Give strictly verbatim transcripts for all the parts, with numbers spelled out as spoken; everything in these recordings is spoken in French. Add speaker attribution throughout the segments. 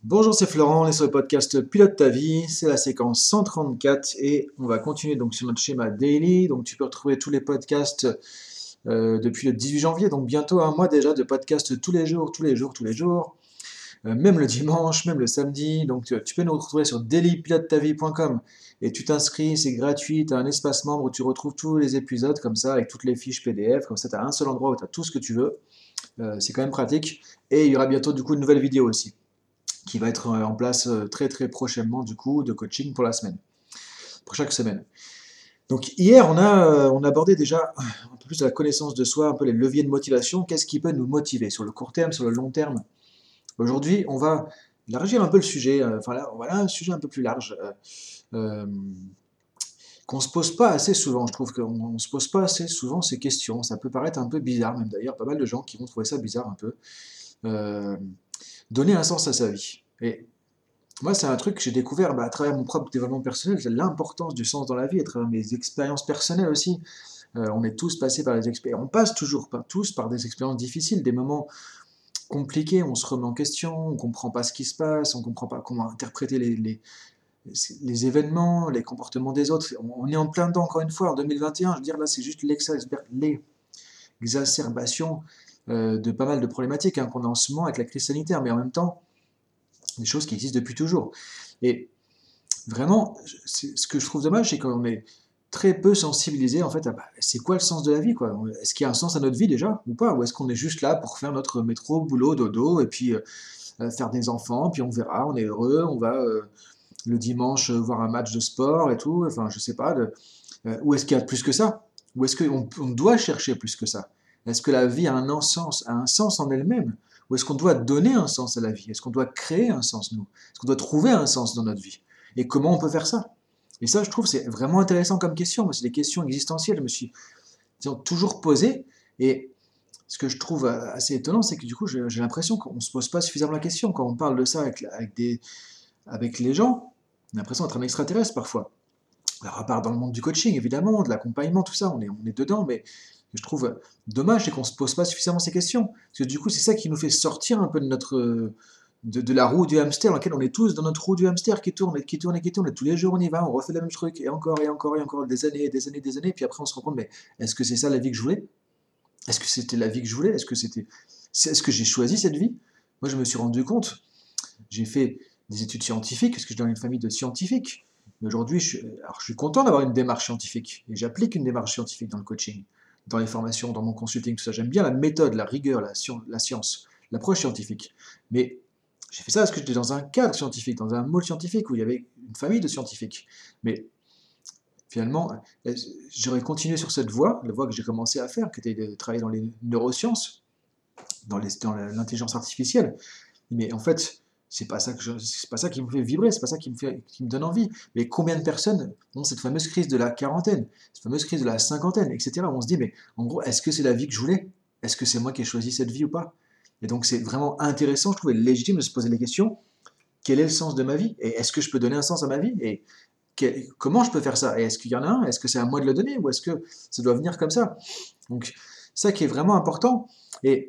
Speaker 1: Bonjour, c'est Florent, on est sur le podcast Pilote ta vie, c'est la séquence cent trente-quatre et on va continuer donc sur notre schéma daily. Donc tu peux retrouver tous les podcasts euh, depuis le dix-huit janvier, donc bientôt un mois déjà de podcasts tous les jours, tous les jours, tous les jours, euh, même le dimanche, même le samedi. Donc tu, tu peux nous retrouver sur daily pilote ta vie point com et tu t'inscris, c'est gratuit, tu as un espace membre où tu retrouves tous les épisodes comme ça avec toutes les fiches P D F, comme ça tu as un seul endroit où tu as tout ce que tu veux. Euh, c'est quand même pratique et il y aura bientôt du coup une nouvelle vidéo aussi qui va être en place très très prochainement du coup de coaching pour la semaine, pour chaque semaine. Donc hier on a, on a abordé déjà un peu plus de la connaissance de soi, un peu les leviers de motivation, qu'est-ce qui peut nous motiver sur le court terme, sur le long terme. Aujourd'hui on va élargir un peu le sujet, enfin là voilà un sujet un peu plus large, euh, euh, qu'on se pose pas assez souvent, je trouve qu'on ne se pose pas assez souvent ces questions, ça peut paraître un peu bizarre même d'ailleurs, pas mal de gens qui vont trouver ça bizarre un peu. Euh, Donner un sens à sa vie. Et moi, c'est un truc que j'ai découvert bah, à travers mon propre développement personnel, c'est l'importance du sens dans la vie, à travers mes expériences personnelles aussi. Euh, on est tous passés par des expériences, on passe toujours pas tous par des expériences difficiles, des moments compliqués, on se remet en question, on comprend pas ce qui se passe, on comprend pas comment interpréter les, les, les événements, les comportements des autres. On, on est en plein dedans, encore une fois, en deux mille vingt et un, je veux dire, là, c'est juste l'exacerbation euh, de pas mal de problématiques hein, qu'on a en ce moment avec la crise sanitaire, mais en même temps, des choses qui existent depuis toujours. Et vraiment, ce que je trouve dommage, c'est qu'on est très peu sensibilisé en fait à bah, c'est quoi le sens de la vie quoi. Est-ce qu'il y a un sens à notre vie déjà ou pas? Ou est-ce qu'on est juste là pour faire notre métro, boulot, dodo et puis euh, faire des enfants, puis on verra, on est heureux, on va euh, le dimanche euh, voir un match de sport et tout, enfin je sais pas, de, euh, ou est-ce qu'il y a plus que ça? Ou est-ce qu'on on doit chercher plus que ça? Est-ce que la vie a un sens, a un sens en elle-même? Ou est-ce qu'on doit donner un sens à la vie? Est-ce qu'on doit créer un sens, nous? Est-ce qu'on doit trouver un sens dans notre vie? Et comment on peut faire ça? Et ça, je trouve, c'est vraiment intéressant comme question. C'est des questions existentielles. Je me suis disons, toujours posé. Et ce que je trouve assez étonnant, c'est que du coup, j'ai l'impression qu'on ne se pose pas suffisamment la question. Quand on parle de ça avec, avec, des, avec les gens, on a l'impression d'être un extraterrestre parfois. Alors, à part dans le monde du coaching, évidemment, de l'accompagnement, tout ça, on est, on est dedans, mais je trouve dommage, c'est qu'on ne se pose pas suffisamment ces questions. Parce que du coup, c'est ça qui nous fait sortir un peu de notre. De, de la roue du hamster dans laquelle on est tous dans notre roue du hamster qui tourne et qui tourne et qui tourne et tous les jours on y va, on refait le même truc et encore et encore et encore des années et des années et des années, puis après on se rend compte mais est-ce que c'est ça la vie que je voulais? Est-ce que c'était la vie que je voulais? Est-ce que c'était est-ce que j'ai choisi cette vie? Moi je me suis rendu compte, j'ai fait des études scientifiques parce que je suis dans une famille de scientifiques. Mais aujourd'hui, je, alors je suis content d'avoir une démarche scientifique et j'applique une démarche scientifique dans le coaching, dans les formations, dans mon consulting, tout ça. J'aime bien la méthode, la rigueur, la, science, la science, l'approche scientifique. Mais j'ai fait ça parce que j'étais dans un cadre scientifique, dans un môle scientifique où il y avait une famille de scientifiques. Mais finalement, j'aurais continué sur cette voie, la voie que j'ai commencé à faire, qui était de travailler dans les neurosciences, dans l'intelligence artificielle. Mais en fait, c'est pas ça que je, c'est pas ça qui me fait vibrer, c'est pas ça qui me fait, qui me donne envie. Mais combien de personnes ont cette fameuse crise de la quarantaine, cette fameuse crise de la cinquantaine, et cetera. On se dit, mais en gros, est-ce que c'est la vie que je voulais? Est-ce que c'est moi qui ai choisi cette vie ou pas? Et donc c'est vraiment intéressant, je trouvais légitime de se poser les questions. Quel est le sens de ma vie? Et est-ce que je peux donner un sens à ma vie? Et quel- comment je peux faire ça? Et est-ce qu'il y en a un? Est-ce que c'est à moi de le donner? Ou est-ce que ça doit venir comme ça? Donc ça qui est vraiment important. Et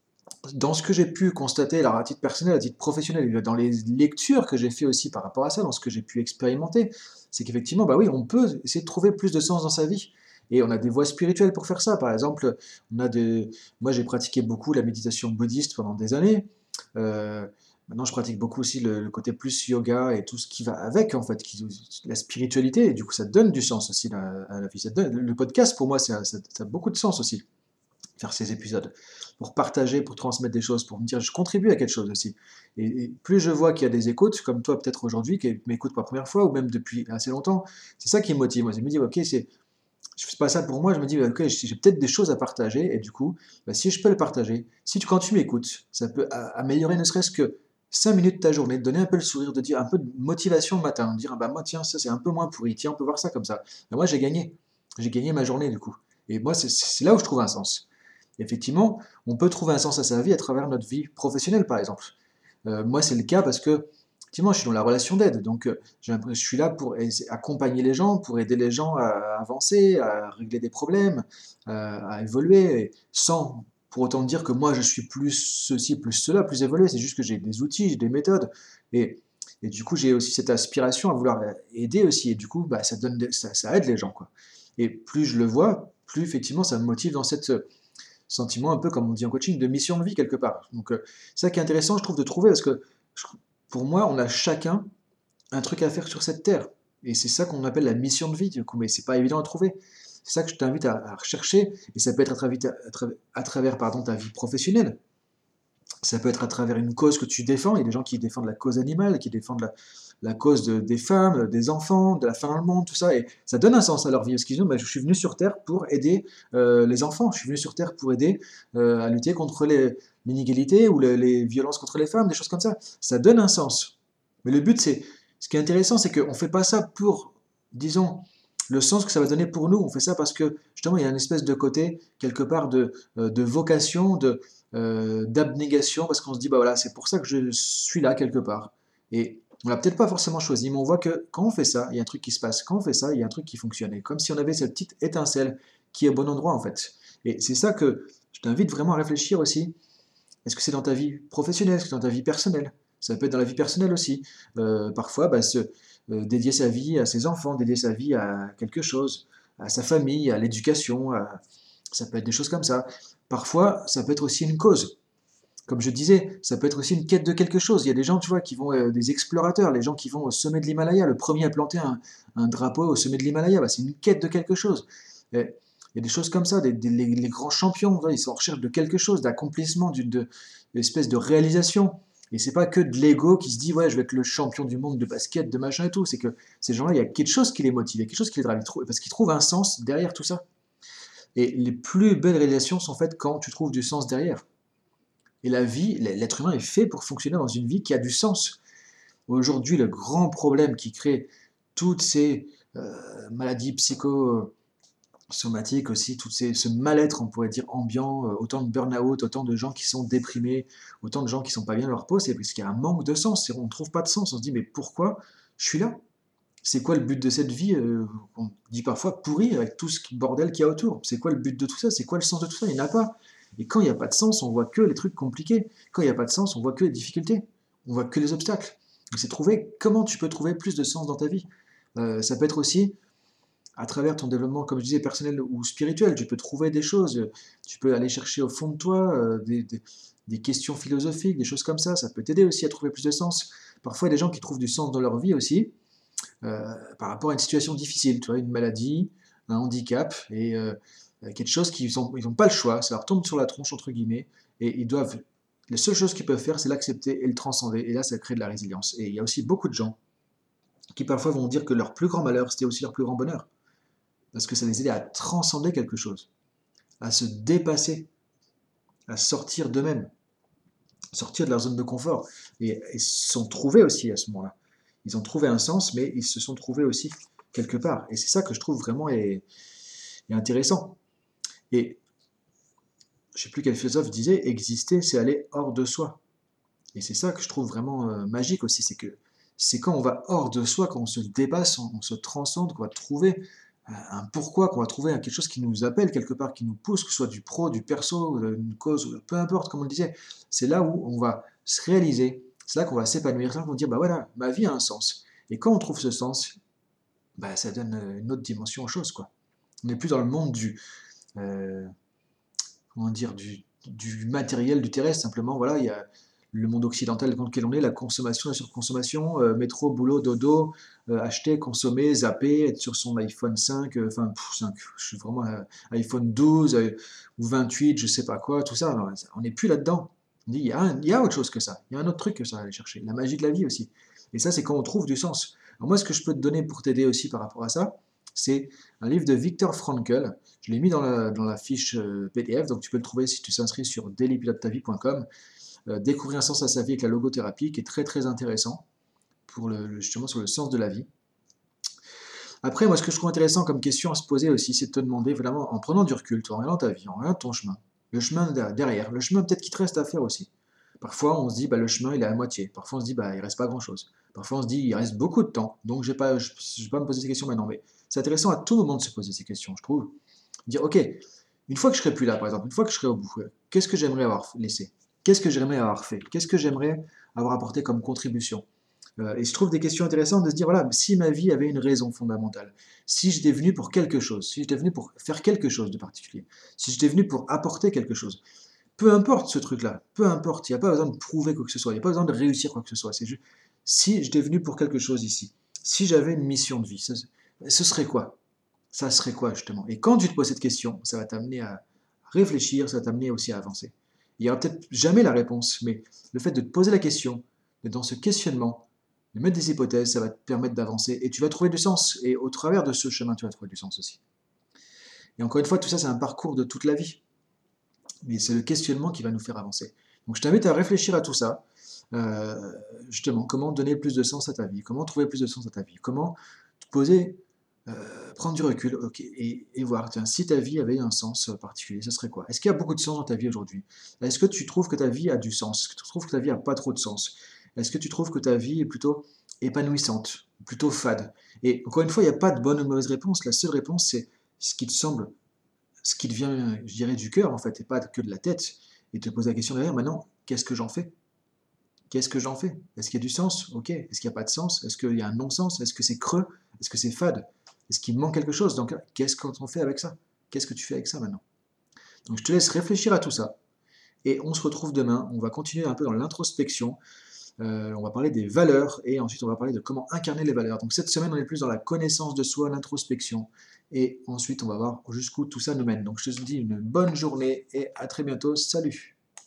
Speaker 1: dans ce que j'ai pu constater, alors à titre personnel, à titre professionnel, dans les lectures que j'ai fait aussi par rapport à ça, dans ce que j'ai pu expérimenter, c'est qu'effectivement, bah oui, on peut essayer de trouver plus de sens dans sa vie. Et on a des voies spirituelles pour faire ça. Par exemple, on a des... moi j'ai pratiqué beaucoup la méditation bouddhiste pendant des années. Euh, Maintenant, je pratique beaucoup aussi le, le côté plus yoga et tout ce qui va avec, en fait, qui, la spiritualité. Et du coup, ça donne du sens aussi à, à la vie. Ça donne- le podcast, pour moi, ça, ça- ça a beaucoup de sens aussi faire ces épisodes, pour partager, pour transmettre des choses, pour me dire je contribue à quelque chose aussi. Et, et plus je vois qu'il y a des écoutes, comme toi peut-être aujourd'hui, qui m'écoutes pour la première fois, ou même depuis assez longtemps, c'est ça qui me motive. Moi, je me dis, ok, c'est, je fais pas ça pour moi, je me dis, ok, j'ai peut-être des choses à partager, et du coup, bah, si je peux le partager, si tu, quand tu m'écoutes, ça peut améliorer ne serait-ce que cinq minutes de ta journée, de donner un peu le sourire, de dire un peu de motivation le matin, de dire, ah bah moi tiens, ça c'est un peu moins pourri, tiens, on peut voir ça comme ça. Bah, moi j'ai gagné, j'ai gagné ma journée du coup. Et moi, c'est là où je trouve un sens. Effectivement, on peut trouver un sens à sa vie à travers notre vie professionnelle, par exemple. Euh, moi, c'est le cas parce que, effectivement, je suis dans la relation d'aide. Donc, euh, j'ai l'impression- je suis là pour accompagner les gens, pour aider les gens à avancer, à régler des problèmes, à, à évoluer, sans pour autant dire que moi je suis plus ceci, plus cela, plus évolué, c'est juste que j'ai des outils, j'ai des méthodes, et, et du coup j'ai aussi cette aspiration à vouloir aider aussi, et du coup bah, ça, donne des- ça, ça aide les gens, quoi. Et plus je le vois, plus effectivement ça me motive dans cette sentiment un peu comme on dit en coaching, de mission de vie quelque part. Donc euh, c'est ça qui est intéressant, je trouve, de trouver, parce que je- pour moi, on a chacun un truc à faire sur cette terre. Et c'est ça qu'on appelle la mission de vie, du coup, mais c'est pas évident à trouver. C'est ça que je t'invite à, à rechercher, et ça peut être à travers, à travers, à travers pardon, ta vie professionnelle. Ça peut être à travers une cause que tu défends. Il y a des gens qui défendent la cause animale, qui défendent la, la cause de- des femmes, des enfants, de la fin dans le monde, tout ça. Et ça donne un sens à leur vie. Parce qu'ils disent, bah, je suis venu sur Terre pour aider euh, les enfants. Je suis venu sur Terre pour aider euh, à lutter contre les- l'inégalité ou les, les violences contre les femmes, des choses comme ça. Ça donne un sens. Mais le but, c'est, ce qui est intéressant, c'est qu'on ne fait pas ça pour, disons, le sens que ça va donner pour nous. On fait ça parce que, justement, il y a une espèce de côté, quelque part, de, euh, de vocation, de, euh, d'abnégation, parce qu'on se dit, bah voilà, c'est pour ça que je suis là quelque part. Et on l'a peut-être pas forcément choisi, mais on voit que quand on fait ça, il y a un truc qui se passe. Quand on fait ça, il y a un truc qui fonctionne. Et comme si on avait cette petite étincelle qui est au bon endroit, en fait. Et c'est ça que je t'invite vraiment à réfléchir aussi. Est-ce que c'est dans ta vie professionnelle? Est-ce que c'est dans ta vie personnelle? Ça peut être dans la vie personnelle aussi. Euh, parfois, bah, se, euh, dédier sa vie à ses enfants, dédier sa vie à quelque chose, à sa famille, à l'éducation, à- ça peut être des choses comme ça. Parfois, ça peut être aussi une cause. Comme je disais, ça peut être aussi une quête de quelque chose. Il y a des gens, tu vois, qui vont, euh, des explorateurs, les gens qui vont au sommet de l'Himalaya. Le premier à planter un, un drapeau au sommet de l'Himalaya, bah, c'est une quête de quelque chose. Et il y a des choses comme ça, des, des- les, les grands champions, ils sont en recherche de quelque chose, d'accomplissement, d'une de- d'une espèce de réalisation. Et c'est pas que de l'ego qui se dit, ouais, je vais être le champion du monde de basket, de machin et tout. C'est que ces gens-là, il y a quelque chose qui les motive, il y a quelque chose qui les drive, ils trou- parce qu'ils trouvent un sens derrière tout ça. Et les plus belles réalisations sont faites quand tu trouves du sens derrière. Et la vie, l'être humain est fait pour fonctionner dans une vie qui a du sens. Aujourd'hui, le grand problème qui crée toutes ces euh, maladies psychosomatiques aussi, tout ces, ce mal-être, on pourrait dire, ambiant, euh, autant de burn-out, autant de gens qui sont déprimés, autant de gens qui ne sont pas bien dans leur peau, c'est parce qu'il y a un manque de sens. On ne trouve pas de sens. On se dit, mais pourquoi je suis là? C'est quoi le but de cette vie euh, on dit parfois pourrie avec tout ce bordel qu'il y a autour. C'est quoi le but de tout ça? C'est quoi le sens de tout ça? Il n'y en a pas. Et quand il n'y a pas de sens, on voit que les trucs compliqués. Quand il n'y a pas de sens, on voit que les difficultés. On voit que les obstacles. Donc c'est trouver comment tu peux trouver plus de sens dans ta vie. Euh, ça peut être aussi à travers ton développement, comme je disais, personnel ou spirituel. Tu peux trouver des choses. Tu peux aller chercher au fond de toi euh, des, des, des questions philosophiques, des choses comme ça. Ça peut t'aider aussi à trouver plus de sens. Parfois, il y a des gens qui trouvent du sens dans leur vie aussi euh, par rapport à une situation difficile, tu vois, une maladie, un handicap, et euh, quelque chose qu'ils n'ont ils ont pas le choix, ça leur tombe sur la tronche, entre guillemets, et ils doivent, la seule chose qu'ils peuvent faire, c'est l'accepter et le transcender, et là, ça crée de la résilience. Et il y a aussi beaucoup de gens qui parfois vont dire que leur plus grand malheur, c'était aussi leur plus grand bonheur, parce que ça les aidait à transcender quelque chose, à se dépasser, à sortir d'eux-mêmes, sortir de leur zone de confort, et ils se sont trouvés aussi à ce moment-là. Ils ont trouvé un sens, mais ils se sont trouvés aussi quelque part. Et c'est ça que je trouve vraiment est, est intéressant. Et je ne sais plus quel philosophe disait, exister, c'est aller hors de soi. Et c'est ça que je trouve vraiment euh, magique aussi, c'est que c'est quand on va hors de soi, quand on se dépasse, on, on se transcende, qu'on va trouver euh, un pourquoi, qu'on va trouver quelque chose qui nous appelle quelque part, qui nous pousse, que ce soit du pro, du perso, une cause, peu importe, comme on le disait. C'est là où on va se réaliser, c'est là qu'on va s'épanouir, c'est là qu'on va dire, bah voilà, ma vie a un sens. Et quand on trouve ce sens, bah, ça donne euh, une autre dimension aux choses, quoi. On n'est plus dans le monde du, euh, comment dire, du, du matériel, du terrestre, simplement, voilà, il y a le monde occidental dans lequel on est, la consommation, la surconsommation, euh, métro, boulot, dodo, euh, acheter, consommer, zapper, être sur son iPhone cinq, euh, enfin, pff, cinq, je suis vraiment euh, iPhone douze euh, ou vingt-huit, je sais pas quoi, tout ça, alors, on n'est plus là-dedans. On dit, il y, a un- il y a autre chose que ça, il y a un autre truc que ça à aller chercher, la magie de la vie aussi. Et ça, c'est quand on trouve du sens. Alors moi, ce que je peux te donner pour t'aider aussi par rapport à ça, c'est un livre de Viktor Frankl. Je l'ai mis dans la, dans la fiche euh, P D F, donc tu peux le trouver si tu t'inscris sur daily pilote ta vie point com. Euh, découvrir un sens à sa vie avec la logothérapie, qui est très très intéressant pour le, justement sur le sens de la vie. Après, moi, ce que je trouve intéressant comme question à se poser aussi, c'est de te demander vraiment, en prenant du recul, toi, en regardant ta vie, en regardant ton chemin, le chemin derrière, le chemin peut-être qui te reste à faire aussi. Parfois, on se dit, bah, le chemin, il est à moitié. Parfois, on se dit, bah, il reste pas grand-chose. Parfois, on se dit, il reste beaucoup de temps, donc je ne vais, vais pas me poser ces questions maintenant. Mais c'est intéressant à tout moment de se poser ces questions, je trouve. Dire, ok, Une fois que je serai plus là, par exemple, une fois que je serai au bout, euh, qu'est-ce que j'aimerais avoir laissé? Qu'est-ce que j'aimerais avoir fait? Qu'est-ce que j'aimerais avoir apporté comme contribution? Euh, et je trouve des questions intéressantes de se dire, voilà, si ma vie avait une raison fondamentale, si j'étais venu pour quelque chose, si j'étais venu pour faire quelque chose de particulier, si j'étais venu pour apporter quelque chose, peu importe ce truc-là, peu importe, il n'y a pas besoin de prouver quoi que ce soit, il n'y a pas besoin de réussir quoi que ce soit, c'est juste, si j'étais venu pour quelque chose ici, si j'avais une mission de vie, ce, ce serait quoi? Ça serait quoi justement? Et quand tu te poses cette question, ça va t'amener à réfléchir, ça va t'amener aussi à avancer. Il n'y aura peut-être jamais la réponse, mais le fait de te poser la question, d'être dans ce questionnement, de mettre des hypothèses, ça va te permettre d'avancer et tu vas trouver du sens. Et au travers de ce chemin, tu vas trouver du sens aussi. Et encore une fois, tout ça, c'est un parcours de toute la vie. Mais c'est le questionnement qui va nous faire avancer. Donc je t'invite à réfléchir à tout ça. Euh, justement, comment donner plus de sens à ta vie, comment trouver plus de sens à ta vie, comment te poser, euh, prendre du recul, ok, et, et voir, tiens, si ta vie avait un sens particulier, ce serait quoi? Est-ce qu'il y a beaucoup de sens dans ta vie aujourd'hui? Est-ce que tu trouves que ta vie a du sens? Est-ce que tu trouves que ta vie a pas trop de sens? Est-ce que tu trouves que ta vie est plutôt épanouissante, plutôt fade? Et encore une fois, il n'y a pas de bonne ou de mauvaise réponse. La seule réponse, c'est ce qui te semble, ce qui te vient, je dirais, du cœur, en fait, et pas que de la tête. Et te poser la question derrière, maintenant, qu'est-ce que j'en fais? Qu'est-ce que j'en fais? Est-ce qu'il y a du sens? Ok. Est-ce qu'il n'y a pas de sens? Est-ce qu'il y a un non-sens? Est-ce que c'est creux? Est-ce que c'est fade? Est-ce qu'il manque quelque chose? Donc, qu'est-ce qu'on fait avec ça? Qu'est-ce que tu fais avec ça maintenant? Donc, je te laisse réfléchir à tout ça. Et on se retrouve demain. On va continuer un peu dans l'introspection. Euh, on va parler des valeurs et ensuite on va parler de comment incarner les valeurs. Donc, cette semaine, on est plus dans la connaissance de soi, l'introspection. Et ensuite, on va voir jusqu'où tout ça nous mène. Donc, je te dis une bonne journée et à très bientôt. Salut!